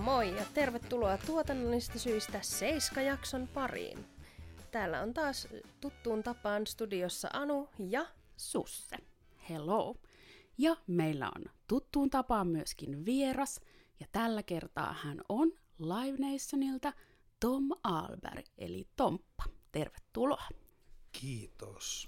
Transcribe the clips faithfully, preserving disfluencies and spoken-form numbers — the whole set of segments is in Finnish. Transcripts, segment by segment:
Moi ja tervetuloa tuotannollisista syistä Seiska-jakson pariin. Täällä on taas tuttuun tapaan studiossa Anu ja Susse. Hello. Ja meillä on tuttuun tapaan myöskin vieras, ja tällä kertaa hän on Live Nationilta Tom Ahlberg, eli Tomppa. Tervetuloa. Kiitos.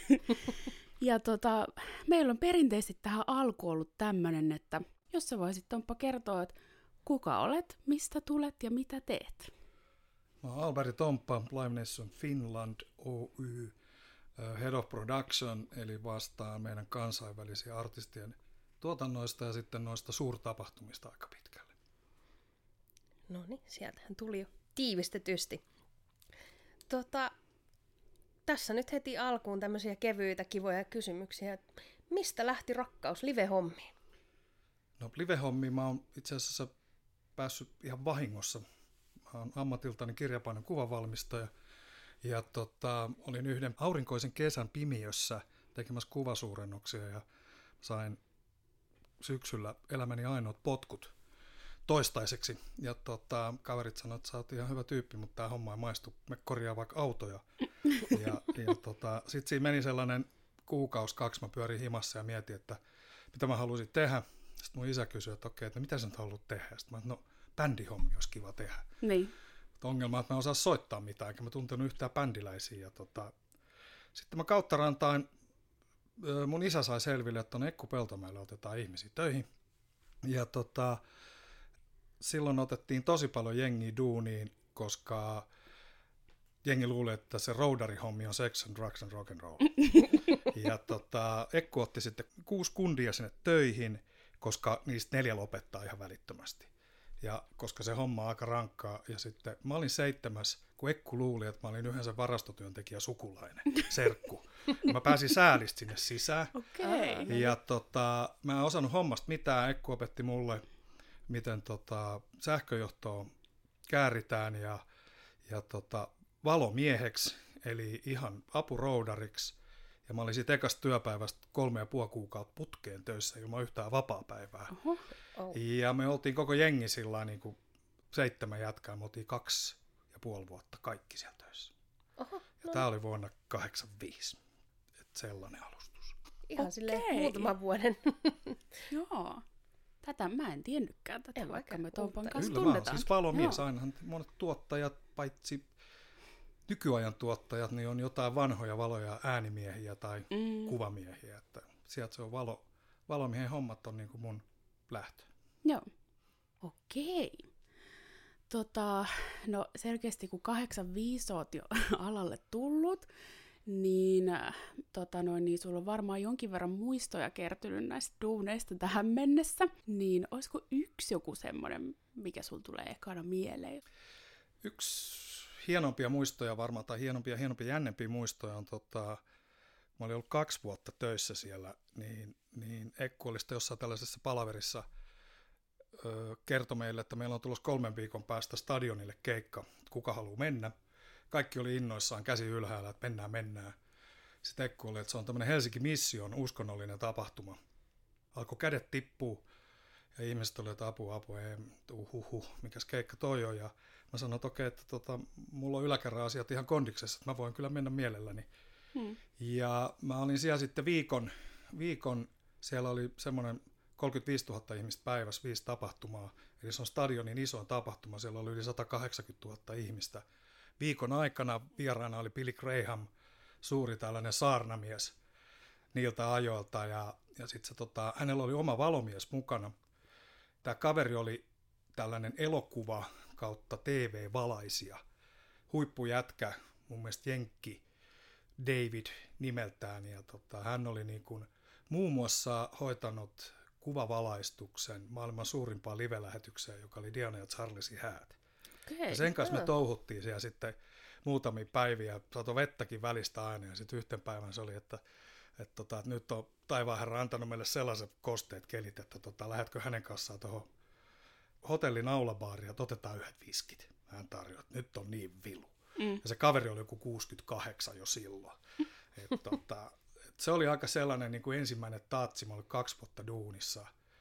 Ja tota, meillä on perinteisesti tähän alkuun ollut tämmönen, että jos sä voisit Tomppa kertoa, että kuka olet, mistä tulet ja mitä teet? Mä oon Ahlberg Tomppa, Live Nation Finland Oy, Head of Production, eli vastaan meidän kansainvälisiä artistien tuotannoista ja sitten noista suurtapahtumista aika pitkälle. No niin, sieltähän tuli jo tiivistetysti. Tota, tässä nyt heti alkuun tämmöisiä kevyitä, kivoja kysymyksiä. Mistä lähti rakkaus live-hommiin? No live-hommiin mä oon itse asiassa päässyt ihan vahingossa. Mä oon ammatiltani kirjapainon kuvavalmistaja. Ja tota, olin yhden aurinkoisen kesän pimiössä tekemässä kuvasuurennuksia ja sain syksyllä elämäni ainoat potkut toistaiseksi. Ja tota, kaverit sanoivat, että sä oot ihan hyvä tyyppi, mutta tää homma ei maistu, me korjaa vaikka autoja. Ja, ja tota, sit siinä meni sellainen kuukausi, kaksi, mä pyörin himassa ja mietin, että mitä mä haluaisin tehdä. Sitten mun isä kysyi, että okei, että mitä sä nyt haluat tehdä? Sitten mä että no, bändihommi olisi kiva tehdä. Niin. Mutta ongelma, että mä en osaa soittaa mitään, enkä mä tuntenut yhtään bändiläisiä. Ja tota, sitten mä kautta rantain, mun isä sai selville, että tuonne Ekku Peltomäelle otetaan ihmisiä töihin. Ja tota, silloin otettiin tosi paljon jengiä duuniin, koska jengi luuli, että se roudarihommi on sex and drugs and rock and roll. Ja tota, Ekku otti sitten kuusi kundia sinne töihin, koska niistä neljä lopettaa ihan välittömästi. Ja koska se homma on aika rankkaa, ja sitten mä olin seitsemäs, kun Ekku luuli, että mä olin yhden sen varastotyöntekijä sukulainen, serkku. Ja mä pääsin säälistä sinne sisään. Okay. Ja tota, mä en osannut hommasta mitään. Ekku opetti mulle, miten tota, sähköjohtoa kääritään ja, ja tota, valomieheksi, eli ihan apuroudariksi. Ja mä olin siitä ekasta työpäivästä kolme ja puoli kuukautta putkeen töissä ilman yhtään vapaapäivää. Oho. Oh. Ja me oltiin koko jengi sillä niin kuin seitsemän jätkää, me oltiin kaksi ja puoli vuotta kaikki siellä töissä. Oho, ja no. tää oli vuonna kahdeksankymmentäviisi. Että sellainen alustus. Ihan Okei. silleen muutaman vuoden. Joo. Tätä mä en tiennytkään tätä, En vaikka mäkään, me Tompan mutta- kanssa Kyllä mä oon tunnetaan. siis valomies. Ainahan monet tuottajat, paitsi nykyajan tuottajat, niin on jotain vanhoja valoja äänimiehiä tai Mm. kuvamiehiä. Että sieltä se on valo, valomiehen hommat on niin kuin mun lähtö. Joo. Okei. Tota, no selkeästi kun kahdeksankymmentäviisi oot jo alalle tullut, niin, äh, tota noin, niin sulla on varmaan jonkin verran muistoja kertynyt näistä duuneista tähän mennessä. Niin olisiko yksi joku semmoinen, mikä sulla tulee ekana mieleen? Yksi hienompia muistoja varmaan, tai hienompia, hienompia jännempiä muistoja on, tota, mä olin ollut kaksi vuotta töissä siellä, niin, niin Ekku oli sitten jossain tällaisessa palaverissa, ö, kertoi meille, että meillä on tulossa kolmen viikon päästä stadionille keikka, kuka haluaa mennä. Kaikki oli innoissaan, käsi ylhäällä, että mennään, mennään. Sitten Ekku oli, että se on tämmöinen Helsinki Mission uskonnollinen tapahtuma. Alkoi kädet tippuu. Ja ihmiset oli, että apua, apua, ei, uhuhu, mikäs keikka toi on. Ja mä sanoin, että okei, että tota, mulla on yläkerran asiat ihan kondiksessa, että mä voin kyllä mennä mielelläni. Hmm. Ja mä olin siellä sitten viikon, viikon siellä oli semmoinen kolmekymmentäviisituhatta ihmistä päivässä, viisi tapahtumaa. Eli se on stadionin isoin tapahtuma, siellä oli yli sata kahdeksankymmentätuhatta ihmistä. Viikon aikana vieraana oli Billy Graham, suuri tällainen saarnamies niiltä ajoilta. Ja, ja sitten se, tota, hänellä oli oma valomies mukana. Tämä kaveri oli tällainen elokuva kautta T V-valaisija. Huippujätkä, mun mielestä jenkki, David nimeltään. Ja tota, hän oli niin kuin muun muassa hoitanut kuvavalaistuksen maailman suurimpaan live-lähetykseen, joka oli Diana ja Charlesin häät. Okay. Ja sen kanssa me Joo. touhuttiin siellä sitten muutamia päiviä, sato vettäkin välistä aina, ja sitten yhten päivän se oli, että, että, tota, että nyt on taivaanherra antanut meille sellaiset kosteet kelit, että tota, lähdetkö hänen kanssaan tuohon hotellin aulabaariin, että otetaan yhdet viskit. Hän tarjoaa, että nyt on niin vilu. Mm. Ja se kaveri oli joku kuusikymmentäkahdeksan jo silloin. Et, tota, et se oli aika sellainen niin kuin ensimmäinen tatsi, mä olin kaksi vuotta duunissa.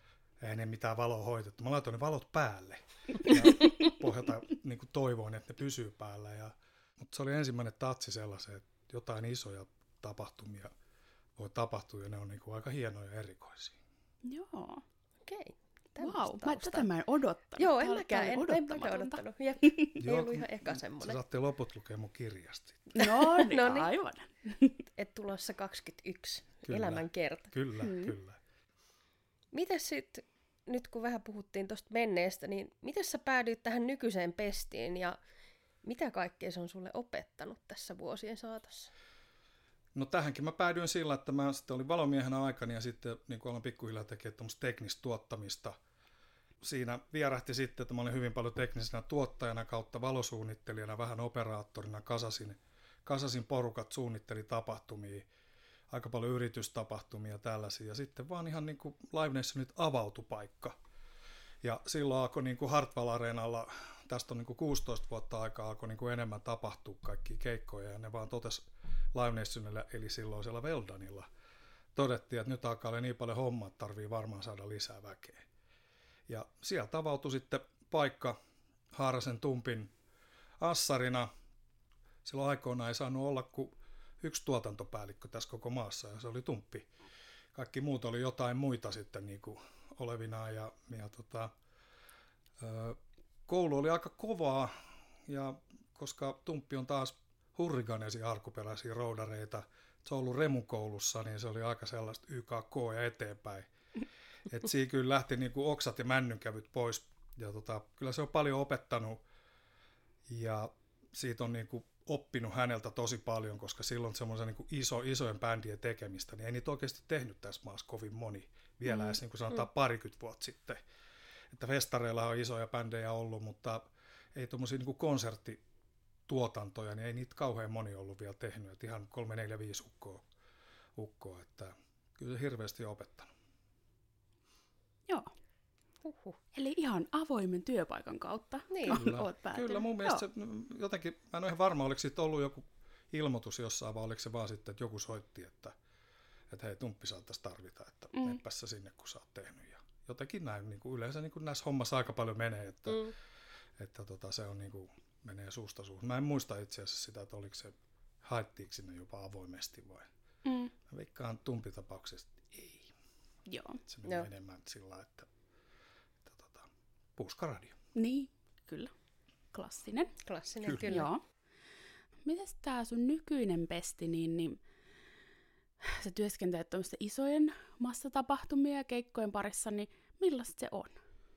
ei ne mitään valoa hoitettu. Mä laitoin ne valot päälle ja pohjalta niin kuin toivoin, että ne pysyy päällä. Ja, mutta se oli ensimmäinen tatsi sellaisen, että jotain isoja tapahtumia voi tapahtua ja ne on niin kuin aika hienoja ja erikoisia. Joo. Okei. Vau, wow, tätä mä en odottanut. Joo, en Tää- mäkään, tää en, oli en mäkään odottanut. Jep. Ei Joo, ollut ihan eka Sä semmoinen. saatte loput lukea mun kirjasta. No niin, No niin. aivan. Et tulossa kaksikymmentäyksi. Kyllä. Elämän kerta. Kyllä, Mm. kyllä. Mites sitten, nyt kun vähän puhuttiin tuosta menneestä, niin miten sä päädyit tähän nykyiseen pestiin ja mitä kaikkea se on sulle opettanut tässä vuosien saatossa? No tähänkin mä päädyin sillä, että mä sitten olin valomiehenä aikana ja sitten niin aloin pikkuhiljaa tekemään tuommoista teknistä tuottamista. Siinä vierähti sitten, että mä olin hyvin paljon teknisenä tuottajana kautta valosuunnittelijana, vähän operaattorina, kasasin, kasasin porukat, suunnitteli tapahtumia, aika paljon yritystapahtumia ja tällaisia. Ja sitten vaan ihan niin kuin Live Nationit avautui paikka. Ja silloin alkoi niin kuin Hartwall Areenalla, tästä on niin kuin kuusitoista vuotta aikaa, alkoi niin kuin enemmän tapahtua kaikkia keikkoja ja ne vaan totesi Live Nationilla, eli silloin siellä Veldanilla. Todettiin, että nyt alkaa olla niin paljon hommaa, että tarvii varmaan saada lisää väkeä. Ja sieltä avautui sitten paikka Haarasen Tumpin assarina. Silloin aikoinaan ei saanut olla kuin yksi tuotantopäällikkö tässä koko maassa, ja se oli Tumppi. Kaikki muut oli jotain muita sitten niin kuin olevinaan, ja, ja tota, ö, koulu oli aika kovaa, ja koska Tumppi on taas hurriganesia alkuperäisiä roudareita, se on ollut Remukoulussa, niin se oli aika sellaista Y K K ja eteenpäin. Että siinä kyllä lähti niinku oksat ja männynkävyt pois. Ja tota, kyllä se on paljon opettanut ja siitä on niinku oppinut häneltä tosi paljon, koska silloin semmoisen niinku iso, isojen bändien tekemistä, niin ei niitä oikeasti tehnyt tässä maassa kovin moni. Vielä mm. edes niin kuin sanotaan mm. parikymmentä vuotta sitten. Että festareilla on isoja bändejä ollut, mutta ei tuommoisia niinku konserttituotantoja, niin ei niitä kauhean moni ollut vielä tehnyt. Että ihan kolme, neljä, viisi ukkoa, ukkoa, että kyllä se hirveästi on opettanut. Joo. Huhhuh. Eli ihan avoimen työpaikan kautta Niin. Kyllä, oot päätynyt. kyllä mun mielestä se, jotenkin, mä en ole ihan varma, oliko siitä ollut joku ilmoitus jossain, vai oliko se vaan sitten, että joku soitti, että, että hei, Tumppi saattaisi tarvita, että mm. menepäs sä sinne, kun sä oot tehnyt. Ja jotenkin näin, niin kuin yleensä niin kuin näissä hommassa aika paljon menee, että, mm. että tota, se on niin kuin, menee suusta suuhun. Mä en muista itse asiassa sitä, että oliko se, haettiinko sinne jopa avoimesti vai. Mm. Mä veikkaan Tumpitapauksesta, ei. Joo. Että se menee enemmän sillä lailla, että Puuskaradio. Niin, kyllä. Klassinen. Klassinen, Kyllä. kyllä. Joo. Mites tää sun nykyinen pesti, niin, niin sä työskentelet tuommoisten isojen massatapahtumia ja keikkojen parissa, niin millaista se on?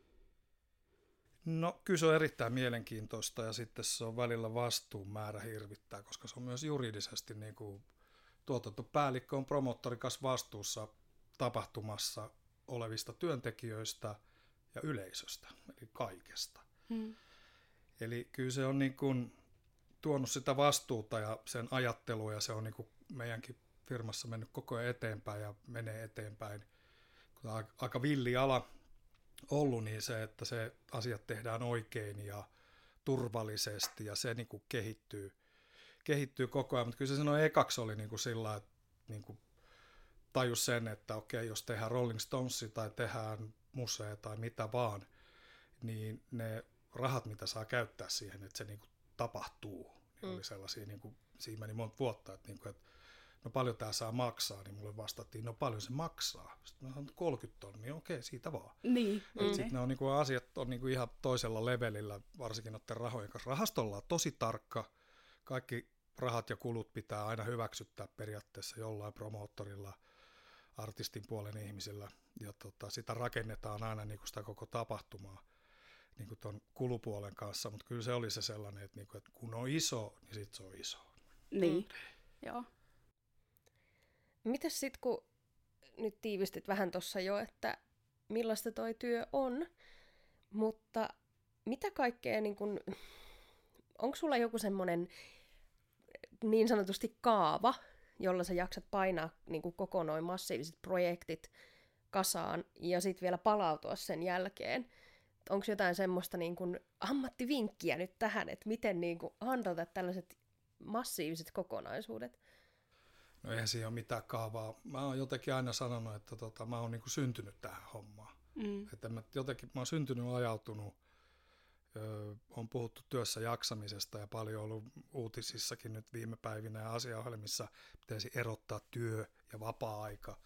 No kyllä se on erittäin mielenkiintoista ja sitten se on välillä vastuun määrä hirvittää, koska se on myös juridisesti niin kuin tuotantopäällikkö on promottorikas vastuussa tapahtumassa olevista työntekijöistä ja yleisöstä, eli kaikesta. Hmm. Eli kyllä se on niin kuin tuonut sitä vastuuta ja sen ajattelua, ja se on niin kuin meidänkin firmassa mennyt koko ajan eteenpäin ja menee eteenpäin. Kun on aika villi ala ollut, niin se, että se asiat tehdään oikein ja turvallisesti, ja se niin kuin kehittyy, kehittyy koko ajan. Mutta kyllä se sanoi ekaksi oli niin kuin sillä, että niin kuin tajus sen, että okei, jos tehdään Rolling Stonesia tai tehdään musea tai mitä vaan, niin ne rahat, mitä saa käyttää siihen, että se niin kuin tapahtuu, niin mm. oli sellaisia, niin kuin, siinä meni monta vuotta, että, niin kuin, että no paljon tämä saa maksaa, niin mulle vastattiin, no paljon se maksaa. Sitten mä sanoin, kolmekymmentä tonnia, okei, siitä vaan. Niin. Mm. Sitten ne on, niin kuin, asiat on niin kuin ihan toisella levelillä, varsinkin noiden rahojen kanssa. Rahastolla on tosi tarkka, kaikki rahat ja kulut pitää aina hyväksyttää periaatteessa jollain promoottorilla, artistin puolen ihmisillä, ja tota, sitä rakennetaan aina niin kuin sitä koko tapahtumaa niin kuin tuon kulupuolen kanssa, mutta kyllä se oli se sellainen, että, niin kuin, että kun on iso, niin sitten se on iso. Niin, mm. joo. Mitäs sitten, kun nyt tiivistit vähän tuossa jo, että millaista toi työ on, mutta mitä kaikkea, niin kun, onko sulla joku semmoinen niin sanotusti kaava, jolla sä jaksat painaa niin kuin koko noin massiiviset projektit kasaan ja sitten vielä palautua sen jälkeen? Onko jotain semmoista niin kuin ammattivinkkiä nyt tähän, että miten niin kuin handlata tällaiset massiiviset kokonaisuudet? No eihän siinä ole mitään kaavaa. Mä oon jotenkin aina sanonut, että tota, mä oon niin kuin syntynyt tähän hommaan. Mm. Että mä jotenkin mä oon syntynyt ajautunut, öö, on puhuttu työssä jaksamisesta ja paljon ollut uutisissakin nyt viime päivinä ja asiaohjelmissa pitäisi erottaa työ ja vapaa-aika.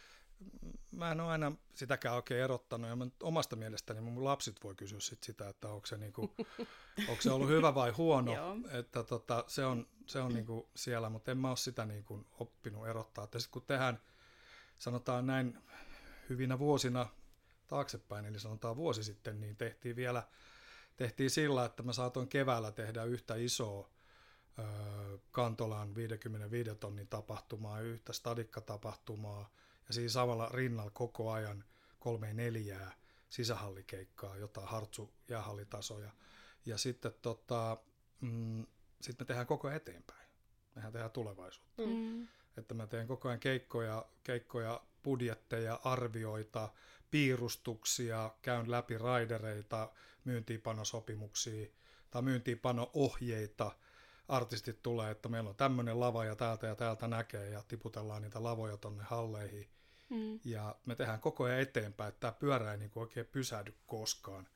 Mä en ole aina sitäkään oikein erottanut ja mä omasta mielestäni mun lapset voi kysyä sit sitä, että onko se, niinku, onko se ollut hyvä vai huono, että tota, se on, se on niinku siellä, mutta en mä ole sitä niinku oppinut erottaa. Että sit kun tehdään, sanotaan näin hyvinä vuosina taaksepäin, eli sanotaan vuosi sitten, niin tehtiin vielä tehtiin sillä, että mä saatoin keväällä tehdä yhtä isoa ö, Kantolan viisikymmentäviisi tonnin tapahtumaa, yhtä stadikkatapahtumaa ja siinä samalla rinnalla koko ajan kolme neljää sisähallikeikkaa, jotain hartsu jäähallitasoja. Ja sitten tota, mm, sit me tehdään koko ajan eteenpäin. Mehän tehdään tulevaisuutta. Mm. Että mä teen koko ajan keikkoja, keikkoja, budjetteja, arvioita, piirustuksia, käyn läpi raidereita, myyntiinpanosopimuksia tai myyntiinpano-ohjeita. Artistit tulee, että meillä on tämmöinen lava ja täältä ja täältä näkee ja tiputellaan niitä lavoja tonne halleihin. Mm. Ja me tehdään koko ajan eteenpäin, että tämä pyörä ei niinku oikein pysähdy koskaan.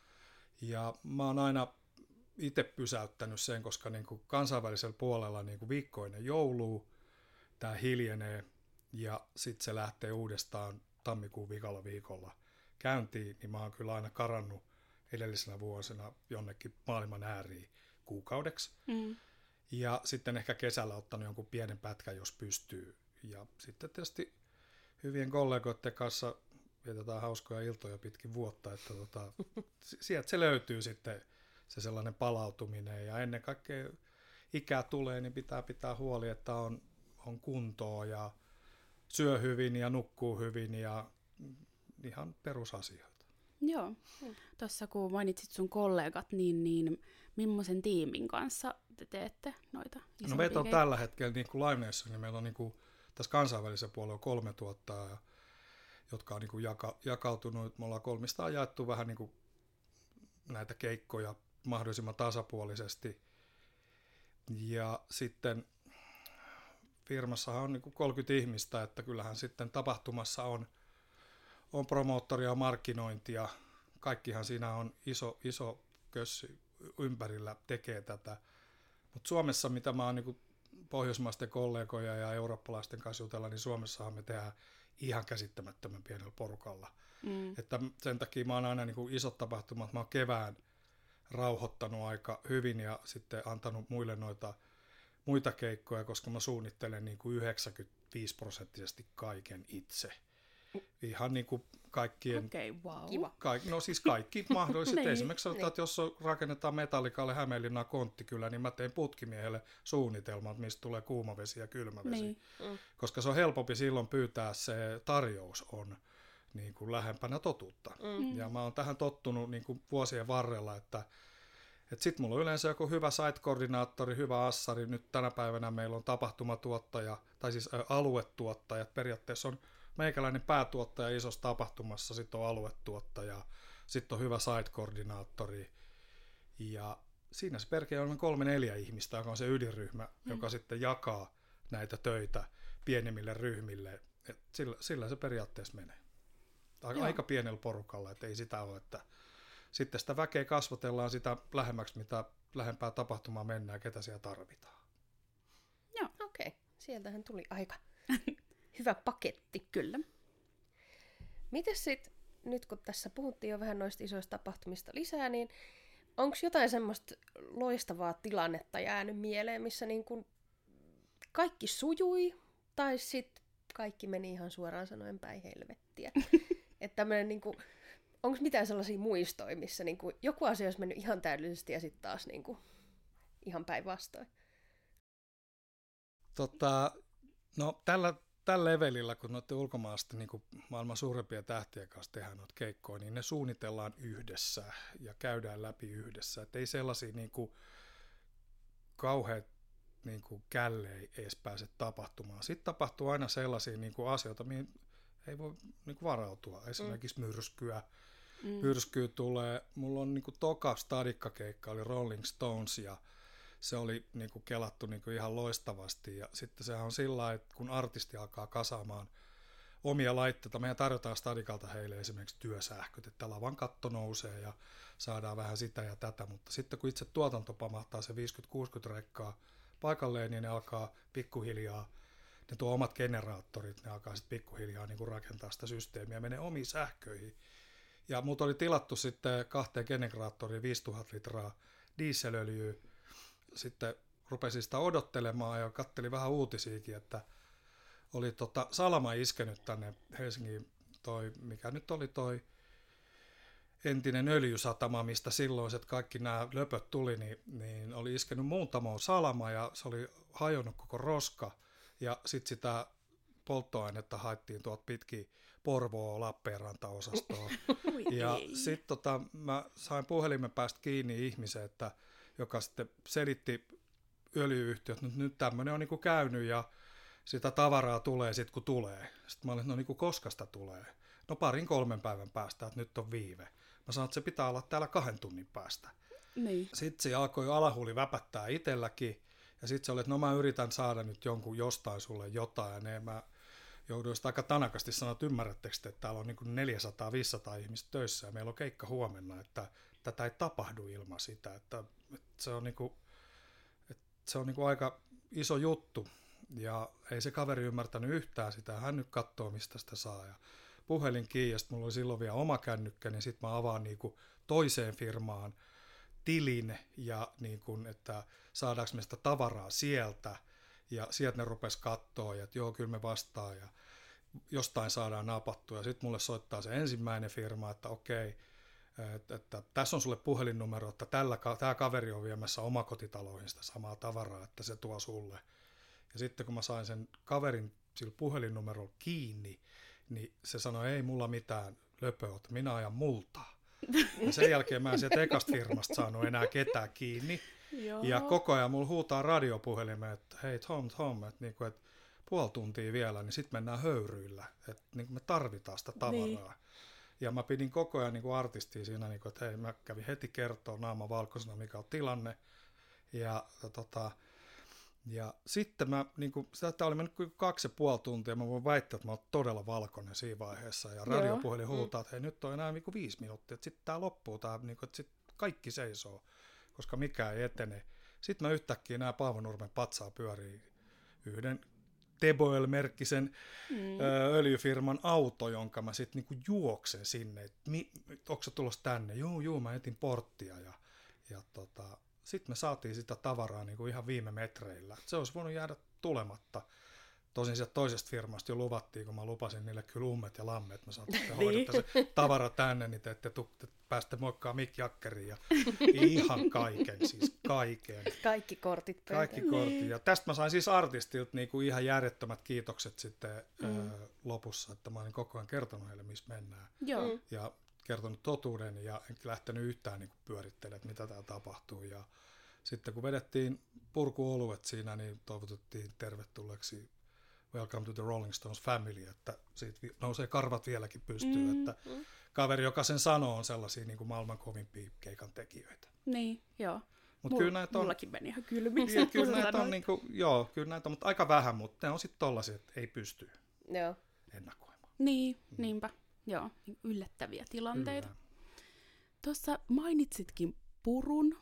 Ja mä oon aina itse pysäyttänyt sen, koska niinku kansainvälisellä puolella niinku viikkoinen joulu, tämä hiljenee ja sitten se lähtee uudestaan tammikuun viikolla viikolla käyntiin, niin mä oon kyllä aina karannut edellisenä vuosina jonnekin maailman ääriin kuukaudeksi. Mm. Ja sitten ehkä kesällä ottanut jonkun pienen pätkän, jos pystyy. Ja sitten tietysti hyvien kollegoiden kanssa vietetään hauskoja iltoja pitkin vuotta, että tota, sieltä se löytyy sitten se sellainen palautuminen. Ja ennen kaikkea ikää tulee, niin pitää pitää huoli, että on, on kuntoa ja syö hyvin ja nukkuu hyvin ja ihan perusasioita. Joo. Tuossa kun mainitsit sun kollegat, niin, niin millaisen tiimin kanssa te teette noita isompia No meitä on keikkoja? tällä hetkellä niin kuin Live Nation, niin meillä on niin kuin, tässä kansainvälisellä puolella kolme tuottajaa, jotka on niin kuin jaka, jakautunut. Me ollaan kolmistaan jaettu vähän niin kuin näitä keikkoja mahdollisimman tasapuolisesti. Ja sitten firmassahan on niin kuin kolmekymmentä ihmistä, että kyllähän sitten tapahtumassa on, on promoottoria, markkinointia. Kaikkihan siinä on iso, iso kössy ympärillä tekee tätä. Mutta Suomessa, mitä mä oon niin pohjoismaisten kollegoja ja eurooppalaisten kanssa jutella, niin Suomessahan me tehdään ihan käsittämättömän pienellä porukalla. Mm. Että sen takia mä oon aina niin kuin isot tapahtumat, mä oon kevään rauhoittanut aika hyvin ja sitten antanut muille noita muita keikkoja, koska mä suunnittelen niin kuin yhdeksänkymmentäviisi prosenttisesti kaiken itse. Ihan niin kuin kaikkien... Okei, okay, wow. Kiva. Kaik, no siis kaikki mahdolliset. Niin. Esimerkiksi sanotaan, että jos rakennetaan Metallikalle Hämeenlinnaan Konttikylä, niin mä teen putkimiehelle suunnitelman, että mistä tulee kuuma vesi ja kylmä vesi. Niin. Mm. Koska se on helpompi silloin pyytää, se tarjous on niin kuin lähempänä totuutta. Mm. Ja mä oon tähän tottunut niin kuin vuosien varrella, että et sit mulla on yleensä joku hyvä site-koordinaattori, hyvä assari. Nyt tänä päivänä meillä on tapahtumatuottaja, tai siis ä, aluetuottajat. Periaatteessa on meikäläinen päätuottaja isossa tapahtumassa, sitten on aluetuottaja, sitten on hyvä site-koordinaattori. Ja siinä se perkele on kolme neljä ihmistä, joka on se ydinryhmä, mm. joka sitten jakaa näitä töitä pienemmille ryhmille. Et sillä, sillä se periaatteessa menee. Aika, aika pienellä porukalla, että ei sitä ole, että sitten sitä väkeä kasvatellaan sitä lähemmäksi, mitä lähempää tapahtumaa mennään, ketä siellä tarvitaan. Joo. Okei, okay. Sieltähän tuli aika hyvä paketti. Kyllä. Mites sitten, nyt kun tässä puhuttiin jo vähän noista isoista tapahtumista lisää, niin onko jotain semmoista loistavaa tilannetta jäänyt mieleen, missä niin kun kaikki sujui, tai sitten kaikki meni ihan suoraan sanoen päin helvettiä? Että tämmöinen niin kuin, onko mitään sellaisia muistoja, missä niin kuin joku asia olisi mennyt ihan täydellisesti ja sitten taas niin kuin ihan päinvastoin? Tota, no tällä, tällä levelillä, kun noiden ulkomaalaisten niin kuin maailman suurempia tähtien kanssa tehdään noita keikkoja, niin ne suunnitellaan yhdessä ja käydään läpi yhdessä. Et ei sellaisia niin kuin kauheat niin kuin källejä edes pääse tapahtumaan. Sitten tapahtuu aina sellaisia niin kuin asioita, mihin ei voi niin kuin varautua. Esimerkiksi mm. myrskyä. Mm. Myrskyä tulee. Mulla on niin kuin toka stadikkakeikka, oli Rolling Stones, ja se oli niin kuin kelattu niin kuin ihan loistavasti. Ja sitten sehän on sillä lailla, että kun artisti alkaa kasaamaan omia laitteita. Meidän tarjotaan Stadikalta heille esimerkiksi työsähköt, että lavan katto nousee ja saadaan vähän sitä ja tätä, mutta sitten kun itse tuotanto pamahtaa se viisikymmentä kuusikymmentä rekkaa paikalleen, niin ne alkaa pikkuhiljaa, ne tuo omat generaattorit, ne alkaa sitten pikkuhiljaa niin kuin rakentaa sitä systeemiä, menee omiin sähköihin. Ja mut oli tilattu sitten kahteen generaattoriin viisituhatta litraa dieselöljyä, sitten rupesin sitä odottelemaan ja kattelin vähän uutisiakin, että oli tota salama iskenyt tänne Helsingin, toi, mikä nyt oli toi entinen öljysatama, mistä silloiset kaikki nämä löpöt tuli, niin, niin oli iskenyt muutama salama ja se oli hajonnut koko roska ja sitten sitä polttoainetta haettiin tuolta pitkin Porvoa Lappeenranta-osastoon. Ja sitten tota, mä sain puhelimen päästä kiinni ihmisen, että, joka sitten selitti öljy-yhtiöt, että nyt tämmöinen on niinku käynyt ja sitä tavaraa tulee sitten kun tulee. Sitten mä olin, että no niinku koska sitä tulee? No parin kolmen päivän päästä, että nyt on viive. Mä sanoin, että se pitää olla täällä kahden tunnin päästä. Niin. Sitten se alkoi alahuuli väpättää itselläkin. Ja sitten se oli, että no mä yritän saada nyt jonkun jostain sulle jotain. Ja ne mä jouduin sitä aika tanakasti sanoa, että ymmärrättekö te, että täällä on niin kuin neljäsataa viisisataa ihmistä töissä ja meillä on keikka huomenna, että tätä ei tapahdu ilman sitä. Että, että se on, niin kuin, että se on niin kuin aika iso juttu. Ja ei se kaveri ymmärtänyt yhtään sitä. Hän nyt katsoo, mistä sitä saa. Ja puhelin kiinni, ja sitten mulla oli silloin vielä oma kännykkä, niin sitten mä avaan niin kuin toiseen firmaan tilin, ja niin kuin, että saadaanko me sitä tavaraa sieltä. Ja sieltä ne rupesi katsoa, ja että joo, kyllä me vastaan, ja jostain saadaan napattua. Ja sitten mulle soittaa se ensimmäinen firma, että okei, että, että tässä on sulle puhelinnumero, että tällä, tämä kaveri on viemässä omakotitaloihin sitä samaa tavaraa, että se tuo sulle. Ja sitten kun mä sain sen kaverin sillä puhelinnumerolla kiinni, niin se sanoi, ei mulla mitään löpöä, että minä ajan multaa. Ja sen jälkeen mä en sieltä ekasta firmasta saanut enää ketään kiinni. Joo. Ja koko ajan mulla huutaa radiopuhelimeen, että hei Tom, Tom, että, niinku, että puoli tuntia vielä, niin sitten mennään höyryillä. Että niinku me tarvitaan sitä tavaraa. Niin. Ja mä pidin koko ajan niinku artistia siinä, niinku, että hei, mä kävin heti kertoa naama valkoisena, mikä on tilanne. Ja tota... Ja sitten mä, niin kuin, sitä oli mennyt kaksi ja puoli tuntia, mä voin väittää, että mä oon todella valkoinen siinä vaiheessa. Ja radiopuhelin huutaa, että hei, nyt on enää niin kuin viisi minuuttia, että sitten tää loppuu, tää, niin kuin, että sit kaikki seisoo, koska mikään ei etene. Sitten mä yhtäkkiä nämä Paavonurmen patsaa pyörii yhden Teboil-merkkisen mm. öljyfirman auto, jonka mä sitten niin kuin juoksen sinne, että onko se tulossa tänne? Juu, juu, mä etin porttia ja, ja tota... Sitten me saatiin sitä tavaraa niin kuin ihan viime metreillä. Se olisi voinut jäädä tulematta. Tosin sieltä toisesta firmasta jo luvattiin, kun mä lupasin niille kyllä ummet ja lammet. Mä sanoin, että te hoidatte se tavara tänne, niin te ette te päästä moikkaa Mick Jackeriin. Ja ihan kaiken, siis kaiken. Kaikki kortit pöytään. Kaikki kortit. Ja tästä mä sain siis artistilta niin kuin ihan järjettömät kiitokset sitten mm. ö, lopussa, että mä olin koko ajan kertonut heille, missä mennään. Joo. Mm. Ja kertonut totuuden ja en lähtenyt yhtään niin pyörittelemään, että mitä täällä tapahtuu. Ja sitten kun vedettiin purkuoluet siinä, niin toivotettiin tervetulleeksi Welcome to the Rolling Stones family, että siitä nousee karvat vieläkin pystyyn, mm, että mm. kaveri, joka sen sanoo, on sellaisia niin kuin maailman kovimpia keikan tekijöitä. Niin, joo. Mut Mul, kyllä näitä on, mullakin meni ihan kylmiksi. Niin, kyllä näitä on, niin kuin, joo, kyllä näitä on, mutta aika vähän, mutta ne on sitten tollaisia, että ei pysty Joo. ennakoimaan. Niin, niinpä. Joo, yllättäviä tilanteita. Kyllä. Tuossa mainitsitkin purun.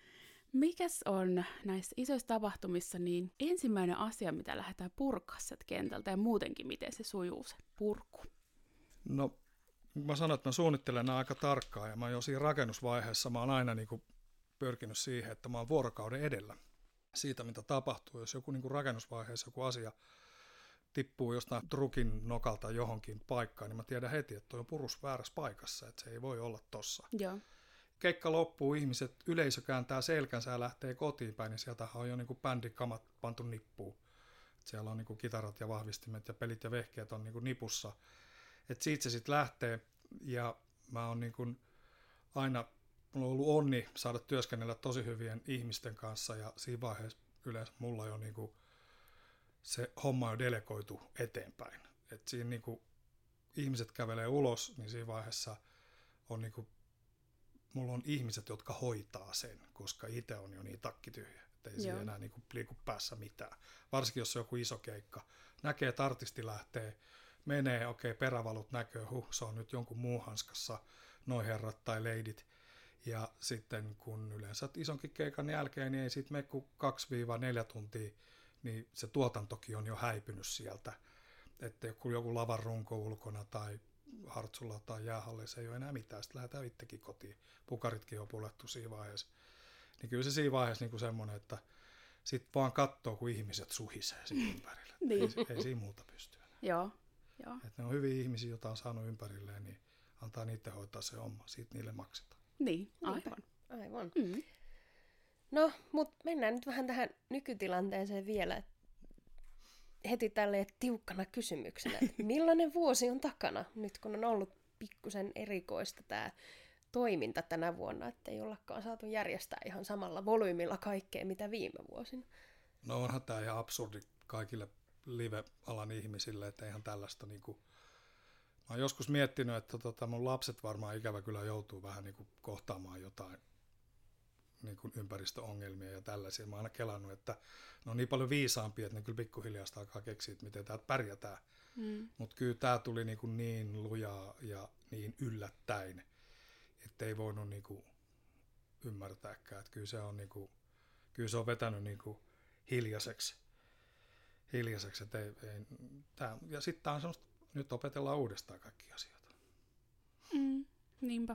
Mikäs on näissä isoissa tapahtumissa niin ensimmäinen asia, mitä lähdetään purkaa sieltä kentältä ja muutenkin, miten se sujuu se purku? No, mä sanon, että mä suunnittelen nämä aika tarkkaan ja mä jo siinä rakennusvaiheessa mä oon aina niin kuin pyrkinyt siihen, että mä oon vuorokauden edellä siitä, mitä tapahtuu. Jos joku niin kuin rakennusvaiheessa joku asia tippuu jostain trukin nokalta johonkin paikkaan, niin mä tiedän heti, että toi on purus väärässä paikassa, että se ei voi olla tossa. Joo. Keikka loppuu, ihmiset, yleisö kääntää selkänsä ja lähtee kotiin päin, niin sieltähän on jo niin kuin bändikamat pantu nippuun. Siellä on niin kuin kitarat ja vahvistimet ja pelit ja vehkeet on niin kuin nipussa. Et siitä se sitten lähtee ja mä oon niin kuin aina, mulla on ollut onni saada työskennellä tosi hyvien ihmisten kanssa ja siinä vaiheessa yleensä mulla on niin kuin se homma on delegoitu eteenpäin. Et siinä niin kuin ihmiset kävelee ulos, niin siinä vaiheessa on niin kuin, mulla on ihmiset, jotka hoitaa sen, koska itse on jo niin takkityhjä, että ei siinä enää niin kuin liiku päässä mitään. Varsinkin jos on joku iso keikka. Näkee, että artisti lähtee menee, okei, okay, perävalut näkyy, huh, se on nyt jonkun muun hanskassa, noi herrat tai leidit. Ja sitten kun yleensä isonkin keikan jälkeen, niin ei siitä mene kuin kaksi neljä tuntia, niin se tuotantokin on jo häipynyt sieltä. Että kun joku lavan runko ulkona tai hartsulla tai jäähallissa ei ole enää mitään, sitten lähdetään itsekin kotiin. Pukaritkin on pulettu siinä vaiheessa. Niin kyllä se siinä vaiheessa niin kuin semmoinen, että sitten vaan katsoo, kun ihmiset suhisee siinä ympärillä. Niin. Ei, ei siinä muuta pysty enää. Joo, joo. Että ne on hyviä ihmisiä, joita on saanut ympärilleen, niin antaa niiden hoitaa se homma. Siitä niille maksetaan. Niin, aivan. Aivan. Mm. No, mutta mennään nyt vähän tähän nykytilanteeseen vielä. Heti tälleen tiukkana kysymyksenä, että millainen vuosi on takana, nyt kun on ollut pikkusen erikoista tämä toiminta tänä vuonna, että ei ollakaan saatu järjestää ihan samalla volyymilla kaikkea, mitä viime vuosina. No onhan tämä ihan absurdi kaikille live-alan ihmisille, että eihän tällaista niinku... Mä oon joskus miettinyt, että tota mun lapset varmaan ikävä kyllä joutuu vähän niinku kohtaamaan jotain niinku ympäristöongelmia ja tällaisia. Mä oon aina kelannut, että ne on niin paljon viisaampia, että ne kyllä pikkuhiljaa sitä alkaa keksiä, että miten täältä pärjätään. Mm. Mutta kyllä tämä tuli niinku niin lujaa ja niin yllättäen, että ei voinut niinku ymmärtääkään. Että kyllä se on, niinku, kyllä se on vetänyt niinku hiljaiseksi. hiljaiseksi että ei, ei, tää, ja sitten tämä on semmoista, nyt opetellaan uudestaan kaikki asioita. Mm, niinpä.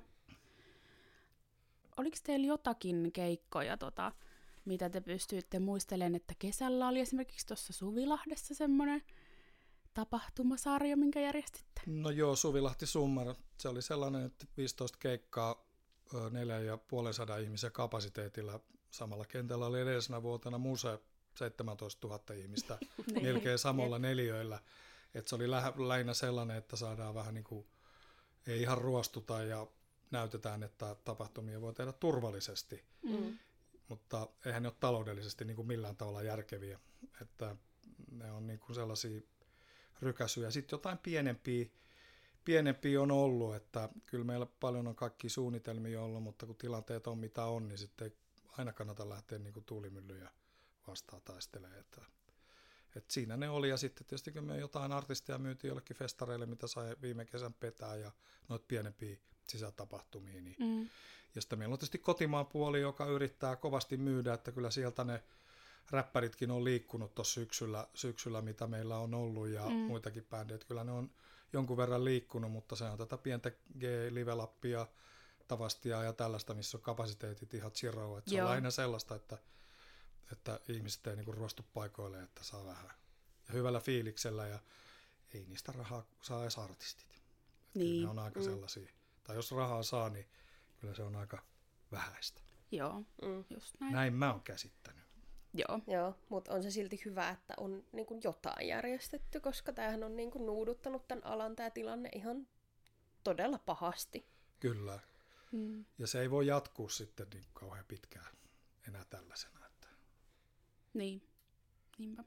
Oliko teillä jotakin keikkoja, tota, mitä te pystyitte muistelemaan, että kesällä oli esimerkiksi tuossa Suvilahdessa semmoinen tapahtumasarja, minkä järjestitte? No joo, Suvilahti Summer. Se oli sellainen, että viisitoista keikkaa neljä ja puolisataa ihmisen kapasiteetilla. Samalla kentällä oli edellisenä vuotena Muse seitsemäntoistatuhatta ihmistä melkein samoilla neliöillä. Et se oli lä- lähinnä sellainen, että saadaan vähän niin kuin, ei ihan ruostuta ja näytetään, että tapahtumia voi tehdä turvallisesti, mm. mutta eihän ne ole taloudellisesti niin kuin millään tavalla järkeviä. Että ne on niin kuin sellaisia rykäsyjä. Sitten jotain pienempiä, pienempiä on ollut, että kyllä meillä paljon on kaikki suunnitelmia ollut, mutta kun tilanteet on mitä on, niin sitten ei aina kannata lähteä niin kuin tuulimyllyjä vastaan taistelemaan. Että, että siinä ne oli, ja sitten tietysti kun me jotain artisteja myytiin jollekin festareille, mitä sai viime kesän petää, ja noita pienempiä sisätapahtumia. Niin. Mm. Ja sitten meillä on tietysti kotimaan puoli, joka yrittää kovasti myydä, että kyllä sieltä ne räppäritkin on liikkunut tuossa syksyllä, syksyllä, mitä meillä on ollut, ja mm. muitakin bändejä. Kyllä ne on jonkun verran liikkunut, mutta se on tätä pientä G-live-lappia, tavastia ja tällaista, missä on kapasiteetit ihan zero. Että se on aina sellaista, että, että ihmiset ei niinku ruostu paikoille, että saa vähän. Ja hyvällä fiiliksellä, ja ei niistä rahaa saa edes artistit. Niin. Ne on aika mm. sellaisia. Tai jos rahaa saa, niin kyllä se on aika vähäistä. Joo, mm. just näin. Näin mä oon käsittänyt. Joo. Joo, mutta on se silti hyvä, että on niin kuin jotain järjestetty, koska tämähän on niin kuin nuuduttanut tämän alan tämä tilanne ihan todella pahasti. Kyllä. Mm. Ja se ei voi jatkuu sitten niin kauhean pitkään enää tällaisena. Että... Niin, niinpä.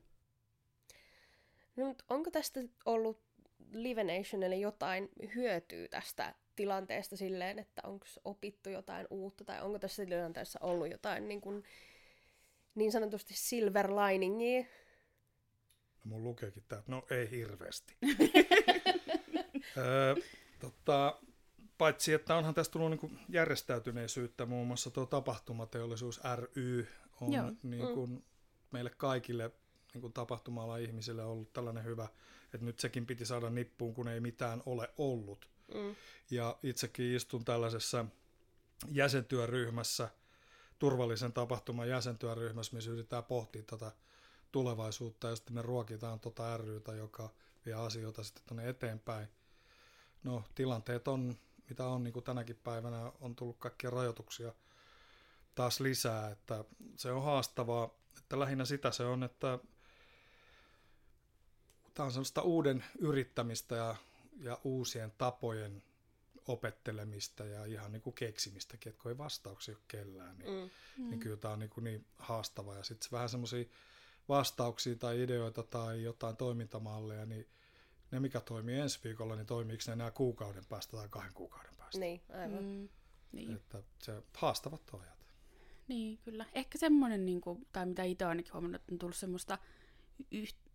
No, mutta onko tästä ollut Live Nationille jotain hyötyä tästä tilanteesta silleen, että onko opittu jotain uutta, tai onko tässä tilanteessa ollut jotain niin, kuin, niin sanotusti silver liningia? No mun lukeekin tää, no ei hirveästi. öö, tota, paitsi, että onhan tästä tullut niin järjestäytyneisyyttä, muun muassa tuo Tapahtumateollisuus ry on niin kuin mm. meille kaikille niin kuin tapahtuma-alan ihmisille ollut tällainen hyvä, että nyt sekin piti saada nippuun, kun ei mitään ole ollut. Mm. Ja itsekin istun tällaisessa jäsentyöryhmässä, turvallisen tapahtuman jäsentyöryhmässä, missä yritetään pohtia tätä tulevaisuutta, ja sitten me ruokitaan tuota ry:tä, joka vie asioita sitten tuonne eteenpäin. No, tilanteet on, mitä on, niin kuin tänäkin päivänä on tullut kaikkia rajoituksia taas lisää, että se on haastavaa, että lähinnä sitä se on, että tämä on sellaista uuden yrittämistä ja, ja uusien tapojen opettelemista ja ihan niin kuin keksimistäkin, että kun ei vastauksia ole kellään, niin, mm. niin kyllä tämä on niin, kuin niin haastava. Ja sitten vähän semmoisia vastauksia tai ideoita tai jotain toimintamalleja, niin ne mikä toimii ensi viikolla, niin toimiiko ne enää kuukauden päästä tai kahden kuukauden päästä. Niin, aivan. Mm. Niin. Että se haastavat ajat. Niin, kyllä. Ehkä semmoinen, niin kuin, tai mitä itse ainakin huomannut, että on tullut semmoista yht...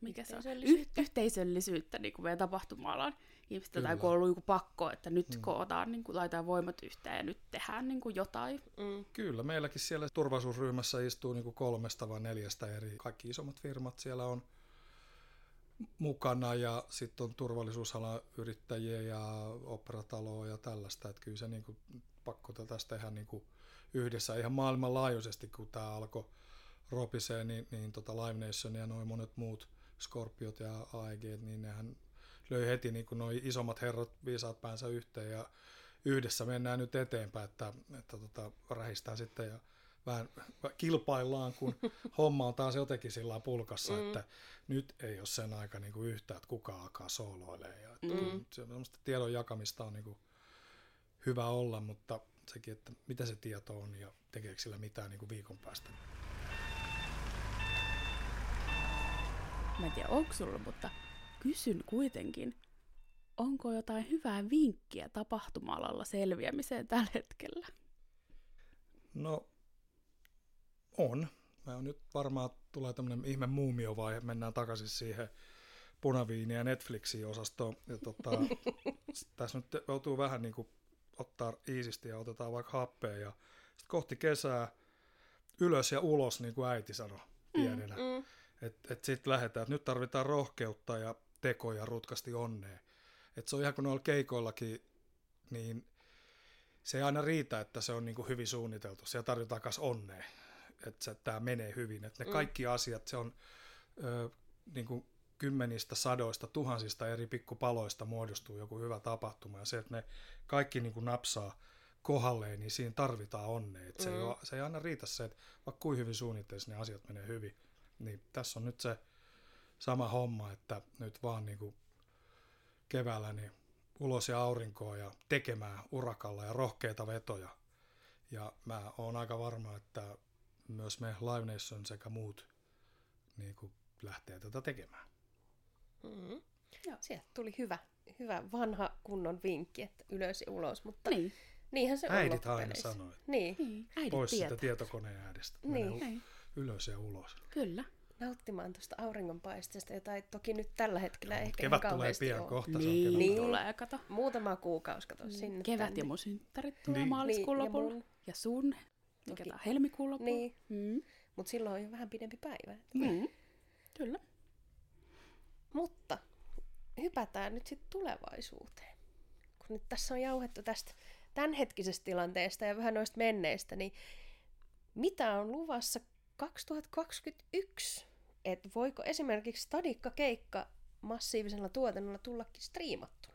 mikä se on? Yhteisöllisyyttä. Yh- yhteisöllisyyttä niin kuin meidän tapahtuma-alan ihmistä, Kyllä. tai kun on ollut joku pakko, että nyt Mm. kootaan, niin kuin laitetaan voimat yhteen ja nyt tehdään niin kuin jotain. Mm. Kyllä, meilläkin siellä turvallisuusryhmässä istuu niin kuin kolmesta vai neljästä eri, kaikki isommat firmat siellä on mukana ja sitten on turvallisuusalan yrittäjiä ja operataloa ja tällaista, että kyllä se niin kuin, pakko tästä tehdä niin kuin yhdessä ihan maailmanlaajuisesti, kun tämä alkoi ropisee, niin, niin tota Live Nation ja noin monet muut Scorpiot ja A E G, niin nehän löi heti niin kuin noi isommat herrat viisaat päänsä yhteen ja yhdessä mennään nyt eteenpäin, että, että tota, rähistään sitten ja vähän kilpaillaan, kun homma on taas jotenkin sillä pulkassa, mm. että nyt ei ole sen aika niin kuin yhtään, että kuka alkaa sooloilemaan. Ja, että mm. semmoista tiedon jakamista on niin kuin hyvä olla, mutta sekin, että mitä se tieto on ja tekeekö sillä mitään niin kuin viikon päästä. Mä en tiedä, onko sulla, mutta kysyn kuitenkin, onko jotain hyvää vinkkiä tapahtuma-alalla selviämiseen tällä hetkellä? No, on. Mä on nyt varmaan tulee tämmönen ihme muumiovaihe, mennään takaisin siihen punaviini- ja Netflixin osastoon. Ja tota, tässä nyt joutuu vähän niin kuin ottaa iisisti ja otetaan vaikka happea ja sitten kohti kesää ylös ja ulos, niin kuin äiti sanoi pienenä. Mm, mm. Että et sitten lähdetään, että nyt tarvitaan rohkeutta ja tekoja rutkasti onnea. Että se on ihan kuin noilla keikoillakin, niin se ei aina riitä, että se on niin kuin hyvin suunniteltu. Siellä tarvitaan myös onnea, että tämä menee hyvin. Että ne mm. kaikki asiat, se on ö, niin kuin kymmenistä, sadoista, tuhansista eri pikkupaloista muodostuu joku hyvä tapahtuma. Ja se, että ne kaikki niin kuin napsaa kohdalleen, niin siinä tarvitaan onnea. Että mm. se, ei ole, se ei aina riitä se, että vaikka kuin hyvin suunnitteissa ne asiat menee hyvin. Niin tässä on nyt se sama homma, että nyt vaan niin kuin keväällä niin ulos ja aurinkoa ja tekemään urakalla ja rohkeita vetoja. Ja mä oon aika varma, että myös me Live Nation sekä muut niin kuin lähtee tätä tekemään. Mm-hmm. Sieltä tuli hyvä, hyvä vanha kunnon vinkki, että ylös ja ulos, mutta niin. niinhän se äidit on aina sanoi, niin. Niin. Äidit pois tietää. sitä tietokoneen äänestä. Niin. Ylös ja ulos. Kyllä. Nauttimaan tuosta auringonpaisteesta, jota ei toki nyt tällä hetkellä no, ehkä kevät ihan tulee kauheasti pian ole. kohta. Niin, se on niin. tulee, kato. Muutama kuukausi, kato niin. sinne Kevät tänne. ja mun synttärit tulee niin. maaliskuun niin, lopulla. Ja, mun... ja sun, mikä tää helmikuun lopulla. Niin, mm. mutta silloin on jo vähän pidempi päivä. Mm. Kyllä. Mutta hypätään nyt sitten tulevaisuuteen. Kun nyt tässä on jauhettu tästä tämänhetkisestä tilanteesta ja vähän noista menneistä, niin mitä on luvassa kaksituhattakaksikymmentäyksi? Että voiko esimerkiksi stadikkakeikka massiivisella tuotannolla tullakin striimattuna?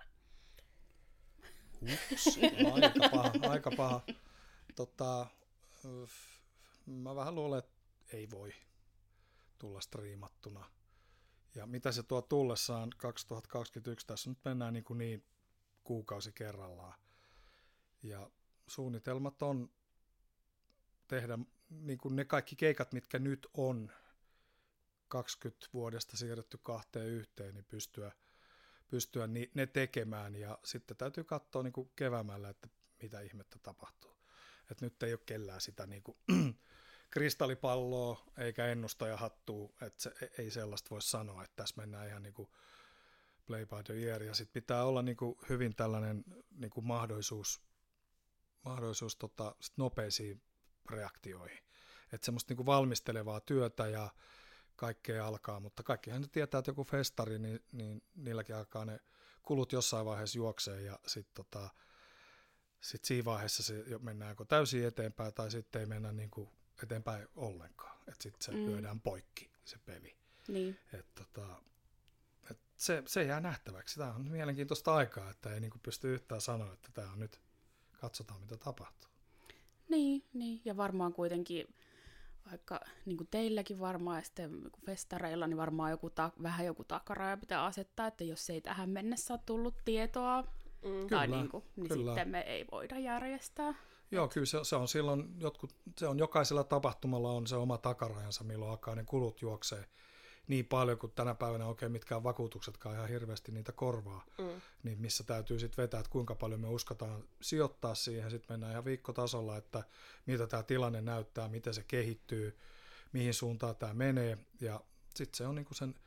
Ups, aika paha, aika paha. Tota, mä vähän luulen, että ei voi tulla striimattuna. Ja mitä se tuo tullessaan kaksituhattakaksikymmentäyksi, tässä nyt mennään niin, kuin niin kuukausi kerrallaan. Ja suunnitelmat on tehdä niin kuin ne kaikki keikat, mitkä nyt on kaksikymmentä vuodesta siirretty kahteen yhteen, niin pystyä, pystyä ne tekemään. Ja sitten täytyy katsoa niin kuin keväämällä, että mitä ihmettä tapahtuu. Et nyt ei ole kellään sitä niin kuin kristallipalloa eikä ennustajahattua, että se, ei sellaista voi sanoa, että tässä mennään ihan niin kuin play by the ear. Ja sitten pitää olla niin kuin hyvin tällainen niin kuin mahdollisuus, mahdollisuus tota, sit nopeisiin reaktioihin. Että semmoista niin kuin valmistelevaa työtä ja kaikkea alkaa, mutta kaikkihan nyt tietää, että joku festari, niin, niin niilläkin alkaa ne kulut jossain vaiheessa juoksee ja sitten tota, sit siinä vaiheessa se mennään joko täysin eteenpäin tai sitten ei mennä niin kuin eteenpäin ollenkaan. Että sitten se mm. lyödään poikki se peli. Niin. Et tota, et se, se jää nähtäväksi. Tämä on mielenkiintoista aikaa, että ei niin kuin pysty yhtään sanoa, että tämä on nyt, katsotaan mitä tapahtuu. Niin, niin. Ja varmaan kuitenkin, vaikka niin kuin teilläkin varmaan ja sitten festareilla, niin varmaan joku ta- vähän joku takaraja pitää asettaa, että jos ei tähän mennessä ole tullut tietoa, mm. tai kyllä, niin, kuin, niin kyllä. sitten me ei voida järjestää. Joo, kyllä se, se on silloin, jotkut, se on jokaisella tapahtumalla on se oma takarajansa, milloin alkaa ne kulut juoksee niin paljon, kuin tänä päivänä oikein mitkään vakuutuksetkaan ihan hirveästi niitä korvaa, mm. niin missä täytyy sitten vetää, että kuinka paljon me uskotaan sijoittaa siihen, sitten mennään ihan viikkotasolla, että mitä tämä tilanne näyttää, miten se kehittyy, mihin suuntaan tämä menee, ja sitten se on niinku sen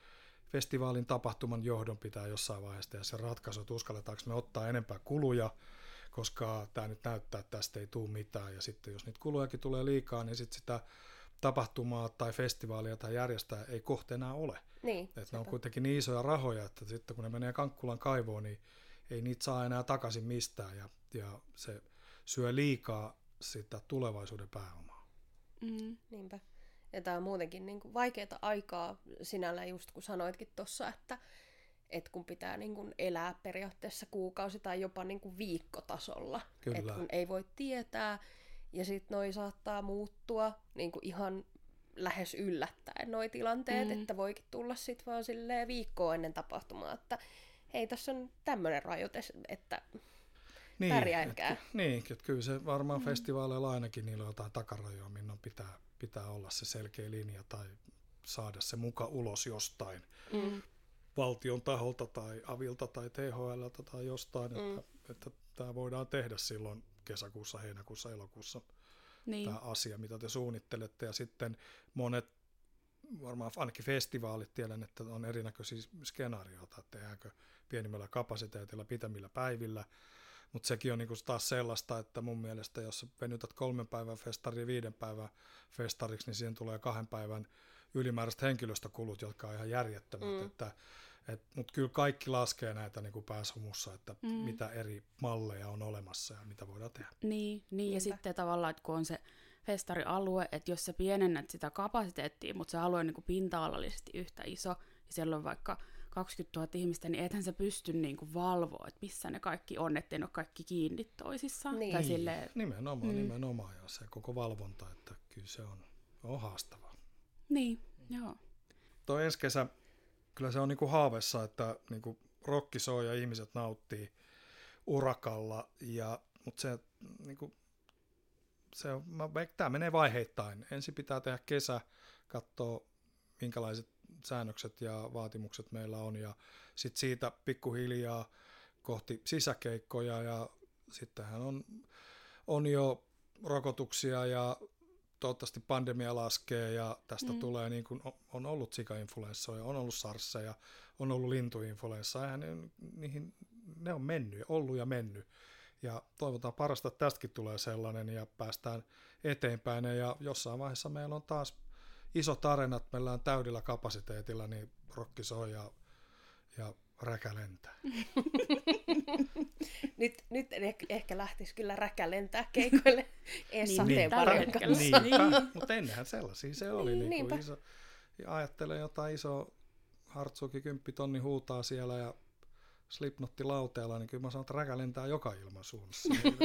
festivaalin tapahtuman johdon pitää jossain vaiheessa tehdä se ratkaisu, että uskalletaanko me ottaa enempää kuluja, koska tämä nyt näyttää, että tästä ei tule mitään. Ja sitten jos niitä kulujakin tulee liikaa, niin sitten sitä tapahtumaa tai festivaalia tai järjestää ei kohta enää ole. Niin, että ne on kuitenkin niin isoja rahoja, että sitten kun ne menee Kankkulan kaivoon, niin ei niitä saa enää takaisin mistään. Ja, ja se syö liikaa sitä tulevaisuuden pääomaa. Mm. Niinpä. Ja tämä on muutenkin niin kuin vaikeaa aikaa sinällä, just kun sanoitkin tuossa, että, että kun pitää niin kuin elää periaatteessa kuukausi tai jopa niin kuin viikkotasolla. Että kun ei voi tietää, ja sitten noi saattaa muuttua niin kuin ihan lähes yllättäen noi tilanteet, mm. että voikin tulla sitten vaan silleen viikkoa ennen tapahtumaa, että hei, tässä on tämmöinen rajoite, että niin, pärjäänkää. Et, niin, että kyllä se varmaan mm. festivaaleilla ainakin niillä on jotain takarajoja, minne pitää, pitää olla se selkeä linja tai saada se muka ulos jostain mm. valtion taholta tai avilta tai T H L:ltä tai jostain, mm. että, että tämä voidaan tehdä silloin kesäkuussa, heinäkuussa, elokuussa niin. Tämä asia, mitä te suunnittelette. Ja sitten monet, varmaan ainakin festivaalit, tiedän, että on erinäköisiä skenaarioita, että tehdäänkö pienimmillä kapasiteetilla, pitämillä päivillä. Mutta sekin on niinku taas sellaista, että mun mielestä jos venytät kolmen päivän festari viiden päivän festariksi, niin siihen tulee kahden päivän ylimääräiset henkilöstökulut, jotka on ihan järjettömät. Mm. Että, et, mutta kyllä kaikki laskee näitä niin kuin pääshumussa, että mm. mitä eri malleja on olemassa ja mitä voidaan tehdä. Niin, niin ja sitten tavallaan, että kun on se festarialue, että jos sä pienennät sitä kapasiteettia, mutta se alue on niin kuin pinta-alallisesti yhtä iso, ja siellä on vaikka kaksikymmentätuhatta ihmistä, niin ethän sä pysty niinku valvoa, että missä ne kaikki on, ettei ne ole kaikki kiinni toisissaan. Niin. Tai silleen, nimenomaan, mm. nimenomaan, ja se koko valvonta, että kyllä se on, on haastavaa. Niin, joo. Tuo ensi kesä, kyllä se on niinku haaveissa, että niinku rokki soi ja ihmiset nauttii urakalla, ja, mutta se, niinku, se on, tämä menee vaiheittain. Ensin pitää tehdä kesä, katsoa minkälaiset säännökset ja vaatimukset meillä on, ja sitten siitä pikkuhiljaa kohti sisäkeikkoja, ja sittenhän on, on jo rokotuksia, ja toivottavasti pandemia laskee, ja tästä mm. tulee, niin kuin on ollut sikainfluenssoja, on ollut sarsseja, on ollut lintuinfluenssa, eihän ne, niihin, ne on mennyt, ollut ja mennyt, ja toivotaan parasta, että tästäkin tulee sellainen, ja päästään eteenpäin, ja jossain vaiheessa meillä on taas iso tarina, että meillä on täydellä kapasiteetilla, niin rokki soi ja, ja räkä lentää. nyt, nyt ehkä lähtisi kyllä räkä lentää keikoille ees sateenvarjon kanssa. Niinpä, niin. Mutta ennenhän sellaisia se oli. Niin, niin kuin iso, ja ajattelen jotain iso Hartsuki kymppitonni huutaa siellä ja Slipknotti lauteella, niin kyllä mä sanon, että räkä lentää joka ilmansuunnassa.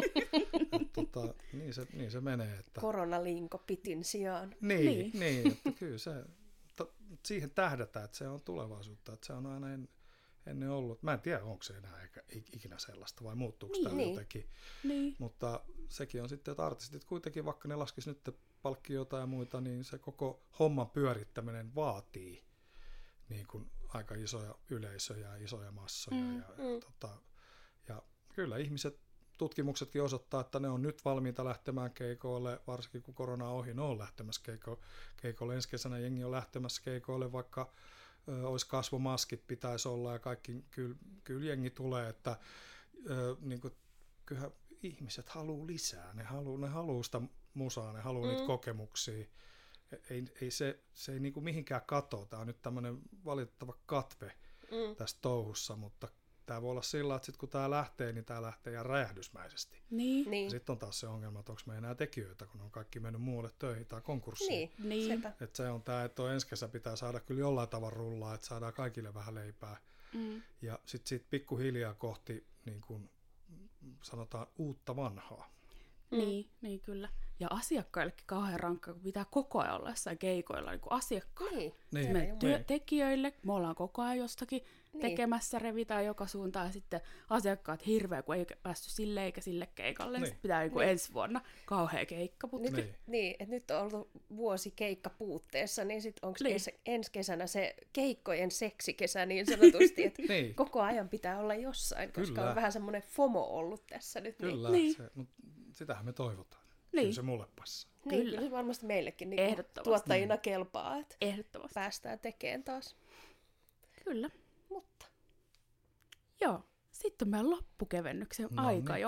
Tota, niin, se, niin se menee. Että koronalinko pitin sijaan. Niin, niin. niin että kyllä se, to, siihen tähdätään, että se on tulevaisuutta, että se on aina en, ennen ollut. Mä en tiedä, onko se enää eikä, ikinä sellaista vai muuttuuko niin, tämä niin. jotenkin. Niin. Mutta sekin on sitten, että artistit kuitenkin, vaikka ne laskisi nyt palkkioita ja muita, niin se koko homman pyörittäminen vaatii niin kuin aika isoja yleisöjä ja isoja massoja. Mm, ja, mm. Ja, tota, ja kyllä ihmiset, tutkimuksetkin osoittaa, että ne on nyt valmiita lähtemään keikoille, varsinkin kun korona on ohi, ne on lähtemässä keiko, keikoille. Ensi kesänä jengi on lähtemässä keikoille, vaikka ö, olisi kasvomaskit pitäisi olla ja kaikki, kyllä, kyllä jengi tulee, että ö, niin kuin, kyllähän ihmiset haluaa lisää, ne haluaa ne haluu sitä musaa, ne haluaa mm. niitä kokemuksia. Ei, ei se, se ei niin kuin mihinkään katoa, tämä on nyt tämmöinen valitettava katve mm. tässä touhussa, mutta tämä voi olla sillä, että sit kun tämä lähtee, niin tämä lähtee ihan räjähdysmäisesti. Niin. Niin. Sitten on taas se ongelma, että onko me enää tekijöitä, kun on kaikki mennyt muualle töihin tai konkurssiin. Niin, niin. Että se on tämä, että ensi kesä pitää saada kyllä jollain tavalla rullaa, että saadaan kaikille vähän leipää. Mm. Ja sitten sit pikkuhiljaa kohti, niin kuin sanotaan, uutta vanhaa. Mm. Niin, niin kyllä. Ja asiakkaillekin kauhean rankkaa, kun pitää koko ajan olla jossain keikoilla niin kuin asiakkailla. Niin. Niin. Me työntekijöille, me ollaan koko ajan jostakin niin. tekemässä, revitään joka suuntaan, ja sitten asiakkaat hirveä, kun ei päästy sille eikä sille keikalle, niin. Sitten pitää niin niin. ensi vuonna kauhea keikka. Nyt, niin, niin että nyt on ollut vuosi keikka puutteessa, niin sitten onko niin. ensi kesänä se keikkojen seksikesä niin sanotusti, että niin. koko ajan pitää olla jossain, koska Kyllä. on vähän semmoinen FOMO ollut tässä nyt. Kyllä, niin. se, mutta sitähän me toivotaan. Niin. Kyllä se mulle passaa. Niin, kyllä. kyllä varmasti meillekin niin tuottajina kelpaa, että päästään tekemään taas. Kyllä. Mutta Joo. Sitten on meidän loppukevennyksen No aika niin. jo.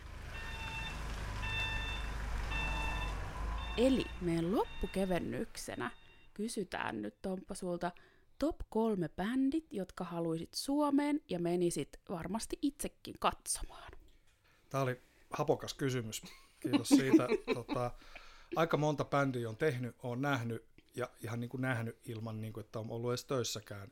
Eli meidän loppukevennyksenä kysytään nyt Tomppa sulta top kolme bändit, jotka haluisit Suomeen ja menisit varmasti itsekin katsomaan. Tämä oli hapokas kysymys. Kiitos siitä. tota, aika monta bändiä on tehnyt, on nähnyt ja ihan niin kuin nähnyt ilman, niin kuin, että on ollut edes töissäkään.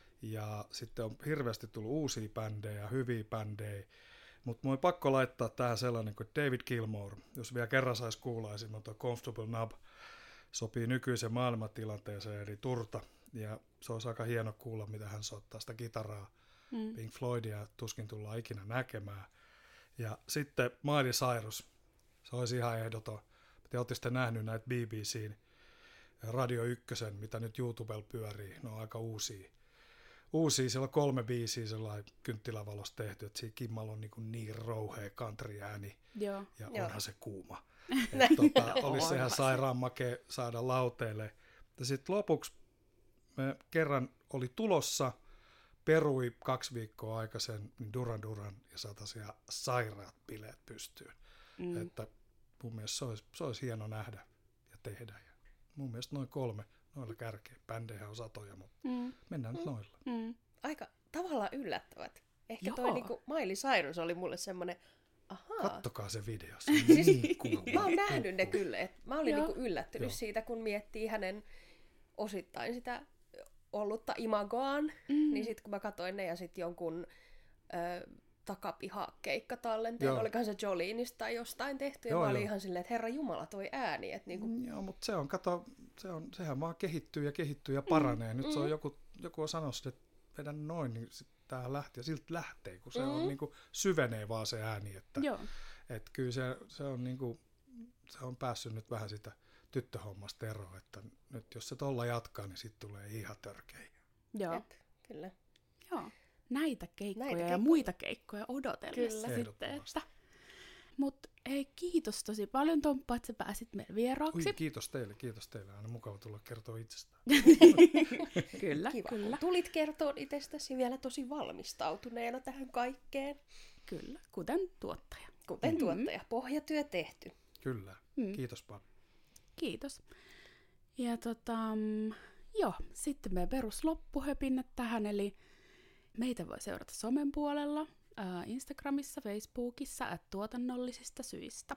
Ja sitten on hirveästi tullut uusia bändejä, hyviä bändejä. Mutta mun on pakko laittaa tähän sellainen kuin David Gilmour. Jos vielä kerran saisi kuulla, esimerkiksi tuo Comfortable Nub sopii nykyiseen maailmantilanteeseen, eli turta. Ja se olisi aika hieno kuulla, mitä hän soittaa sitä kitaraa. Mm. Pink Floydia tuskin tullaan ikinä näkemään. Ja sitten Miley Cyrus, se olisi ihan ehdoton. Te olette sitten nähnyt näitä B B C:n Radio ykkösen, mitä nyt YouTubella pyörii. Ne on aika uusia. Uusia, siellä on kolme biisiä sellainen kynttilävalossa tehty, että siinä Kimmalla on niin, niin rouhea country-ääni. Joo. Ja Joo. onhan se kuuma. Et tota, olisi se ihan sairaan makea saada lauteelle. Ja sitten lopuksi me kerran oli tulossa, perui kaksi viikkoa aikaisen niin Duran Duran ja saataisiin ihan sairaat bileet pystyyn. Mm. Että mun mielestä se olisi, se olisi hieno nähdä ja tehdä. Ja mun mielestä noin kolme noilla kärkeä. Bändejä on satoja, mutta mm. mennään nyt noilla. Mm. aika tavallaan yllättävät. Ehkä Joo. toi niinku Miley Cyrus oli mulle semmoinen, ahaa. Kattokaa se video, se on niin kuuma. Mä oon nähnyt ne kyllä. Et mä olin Joo. niinku yllättynyt Joo. siitä, kun miettii hänen osittain sitä ollutta imagoaan. Mm. Niin sitten kun mä katsoin ne ja sitten jonkun ö, takapihakeikkatallenteen, Joo. olikohan se Jolinista tai jostain tehty. Ja Joo, mä olin joo. ihan silleen, että herra jumala toi ääni. Et niinku, Mm, Joo, mutta se on, kato, se on, sehän vaan kehittyy ja kehittyy ja paranee. Nyt Mm. se on joku, joku on sanonut, että vedän noin, niin sit tää lähtee. Ja siltä lähtee, kun se Mm. on niinku, syvenee vaan se ääni. Että, Joo. et kyllä se, se, on niinku, se on päässyt nyt vähän sitä tyttöhommasta eroon. Että nyt jos se tolla jatkaa, niin sit tulee ihan törkeä. Joo. et, kyllä. Joo. Näitä keikkoja Näitä ja keikkoja. muita keikkoja odotellessa Kyllä. sitten. Ehdottomasti. Että. Mut hei, kiitos tosi paljon Tomppa, että sä pääsit meille vieraaksi. Ui, kiitos teille, kiitos teille. Aina mukava tulla kertoa itsestään. Kyllä, Kiva. kyllä, Tulit kertoon itsestäsi vielä tosi valmistautuneena tähän kaikkeen. kyllä. Kuten tuottaja. Kuten mm-hmm. tuottaja. Pohjatyö tehty. Kyllä, Mm. kiitos paljon. Kiitos. Ja tota, mm, joo, sitten meidän perusloppuhöpinnät tähän, eli meitä voi seurata somen puolella, ää, Instagramissa, Facebookissa, at tuotannollisista syistä.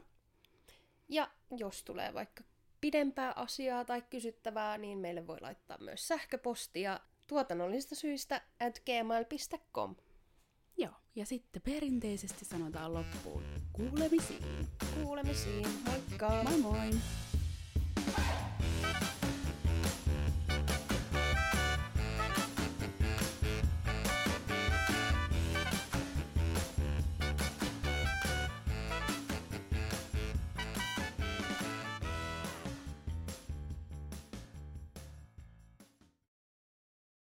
Ja jos tulee vaikka pidempää asiaa tai kysyttävää, niin meille voi laittaa myös sähköpostia tuotannollisista syistä at gmail piste com. Joo, ja sitten perinteisesti sanotaan loppuun kuulemisiin. Kuulemisiin. Moikka! Moi moi!